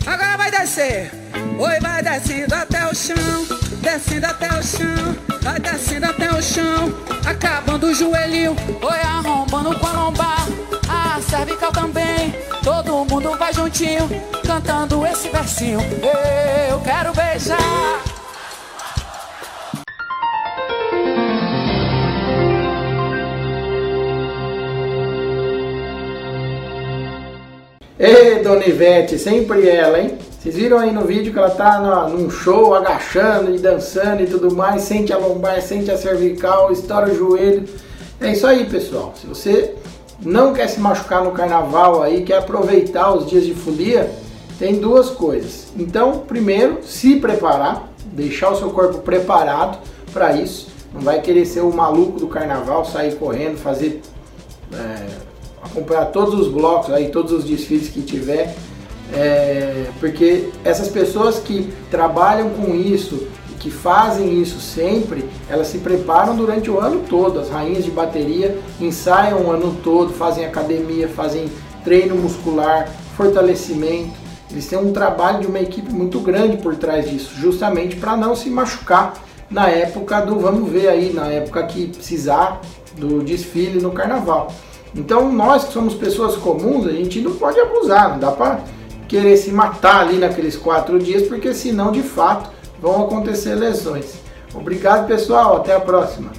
Agora vai descer. Oi, vai descendo até o chão, descendo até o chão, vai descendo até o chão, acabando o joelhinho, oi, arrombando com a lombar, a cervical também. Todo mundo vai juntinho, cantando esse versinho. Eu quero beijar. Ei, Dona Ivete, sempre ela, hein? Vocês viram aí no vídeo que ela tá num show, agachando e dançando e tudo mais, sente a lombar, sente a cervical, estoura o joelho. É isso aí, pessoal. Se você não quer se machucar no carnaval aí, quer aproveitar os dias de folia, tem duas coisas. Então, primeiro, se preparar, deixar o seu corpo preparado para isso. Não vai querer ser o maluco do carnaval, sair correndo, fazer... acompanhar todos os blocos aí, todos os desfiles que tiver, porque essas pessoas que trabalham com isso, que fazem isso sempre, elas se preparam durante o ano todo. As rainhas de bateria ensaiam o ano todo, fazem academia, fazem treino muscular, fortalecimento. Eles têm um trabalho de uma equipe muito grande por trás disso, justamente para não se machucar na época do, vamos ver aí, na época que precisar do desfile no carnaval. Então nós que somos pessoas comuns, a gente não pode abusar, não dá para querer se matar ali naqueles 4 dias, porque senão de fato vão acontecer lesões. Obrigado, pessoal, até a próxima.